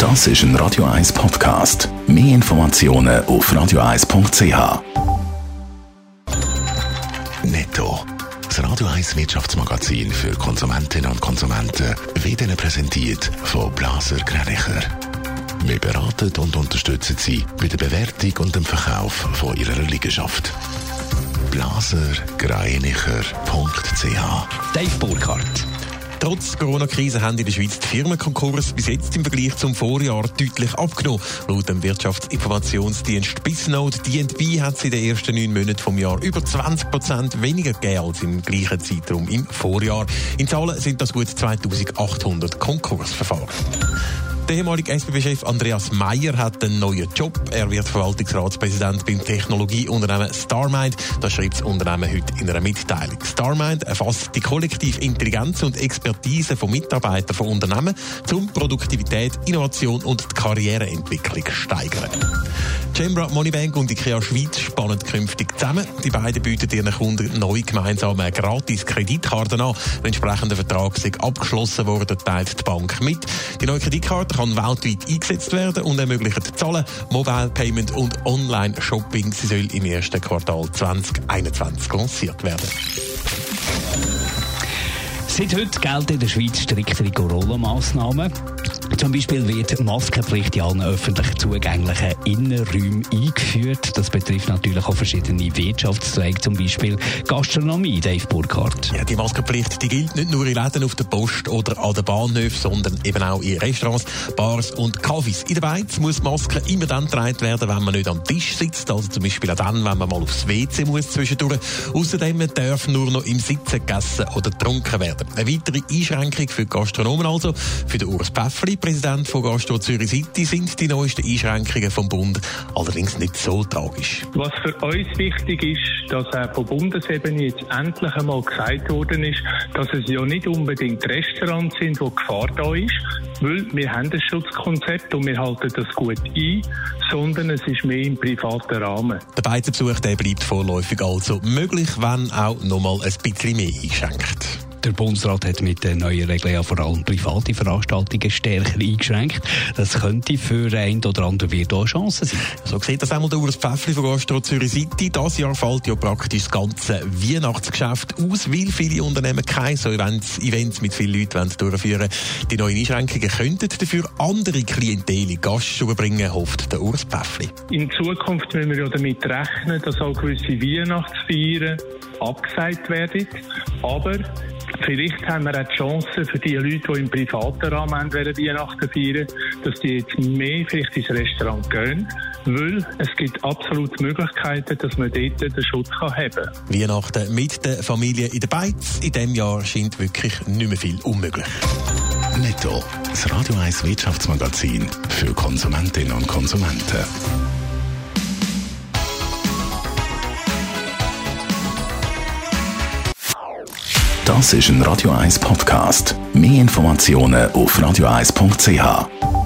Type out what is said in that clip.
Das ist ein Radio 1 Podcast. Mehr Informationen auf radio1.ch. Netto. Das Radio 1 Wirtschaftsmagazin für Konsumentinnen und Konsumenten wird Ihnen präsentiert von Blaser Greinicher. Wir beraten und unterstützen Sie bei der Bewertung und dem Verkauf von Ihrer Liegenschaft. blasergreinicher.ch. Dave Burkhardt. Trotz Corona-Krise haben in der Schweiz die Firmenkonkurse bis jetzt im Vergleich zum Vorjahr deutlich abgenommen. Laut dem Wirtschaftsinformationsdienst Bisnode DNB hat es in den ersten 9 Monaten vom Jahr über 20% weniger gegeben als im gleichen Zeitraum im Vorjahr. In Zahlen sind das gut 2800 Konkursverfahren. Der ehemalige SBB-Chef Andreas Meier hat einen neuen Job. Er wird Verwaltungsratspräsident beim Technologieunternehmen StarMind. Das schreibt das Unternehmen heute in einer Mitteilung. StarMind erfasst die kollektive Intelligenz und Expertise von Mitarbeitern von Unternehmen, um Produktivität, Innovation und die Karriereentwicklung zu steigern. Cembra Moneybank und IKEA Schweiz spannen künftig zusammen. Die beiden bieten ihren Kunden neu gemeinsam eine gratis Kreditkarte an. Der entsprechende Vertrag ist abgeschlossen worden, teilt die Bank mit. Die neue Kreditkarte kann weltweit eingesetzt werden und ermöglicht Zahlen, Mobile Payment und Online-Shopping. Sie soll im ersten Quartal 2021 lanciert werden. Seit heute gelten in der Schweiz striktere Corona-Massnahmen. Zum Beispiel wird Maskenpflicht in allen öffentlich zugänglichen Innenräumen eingeführt. Das betrifft natürlich auch verschiedene Wirtschaftszweige, zum Beispiel Gastronomie, Dave Burkhardt. Ja, die Maskenpflicht die gilt nicht nur in Läden auf der Post oder an den Bahnhöfen, sondern eben auch in Restaurants, Bars und Cafés. In der Beiz muss die Maske immer dann getragen werden, wenn man nicht am Tisch sitzt, also zum Beispiel auch dann, wenn man mal aufs WC muss zwischendurch. Außerdem darf nur noch im Sitzen gegessen oder getrunken werden. Eine weitere Einschränkung für die Gastronomen also. Für den Urs Päffli, Präsident von Gastro Zürich City, sind die neuesten Einschränkungen vom Bund allerdings nicht so tragisch. Was für uns wichtig ist, dass auch von Bundesebene jetzt endlich einmal gesagt worden ist, dass es ja nicht unbedingt Restaurants sind, wo Gefahr da ist, weil wir haben ein Schutzkonzept und wir halten das gut ein, sondern es ist mehr im privaten Rahmen. Der Beizenbesuch der bleibt vorläufig also möglich, wenn auch noch mal ein bisschen mehr eingeschränkt. Der Bundesrat hat mit den neuen Regeln ja vor allem private Veranstaltungen stärker eingeschränkt. Das könnte für einen oder anderen Wirt auch eine Chance sein. So sieht das einmal der Urs Päffli von Gastro Zürich City. Dieses Jahr fällt ja praktisch das ganze Weihnachtsgeschäft aus, weil viele Unternehmen keine so Events mit vielen Leuten durchführen wollen. Die neuen Einschränkungen könnten dafür andere Klientel Gaststube bringen, hofft der Urs Päffli. In Zukunft müssen wir ja damit rechnen, dass auch gewisse Weihnachtsfeiern abgesagt werden. Aber vielleicht haben wir auch die Chance für die Leute, die im privaten Rahmen Weihnachten feiern, dass die jetzt mehr vielleicht ins Restaurant gehen, weil es gibt absolut Möglichkeiten, dass man dort den Schutz haben kann. Weihnachten mit der Familie in der Beiz. In diesem Jahr scheint wirklich nicht mehr viel unmöglich. Netto. Das Radio 1 Wirtschaftsmagazin für Konsumentinnen und Konsumenten. Das ist ein Radio 1 Podcast. Mehr Informationen auf radio1.ch.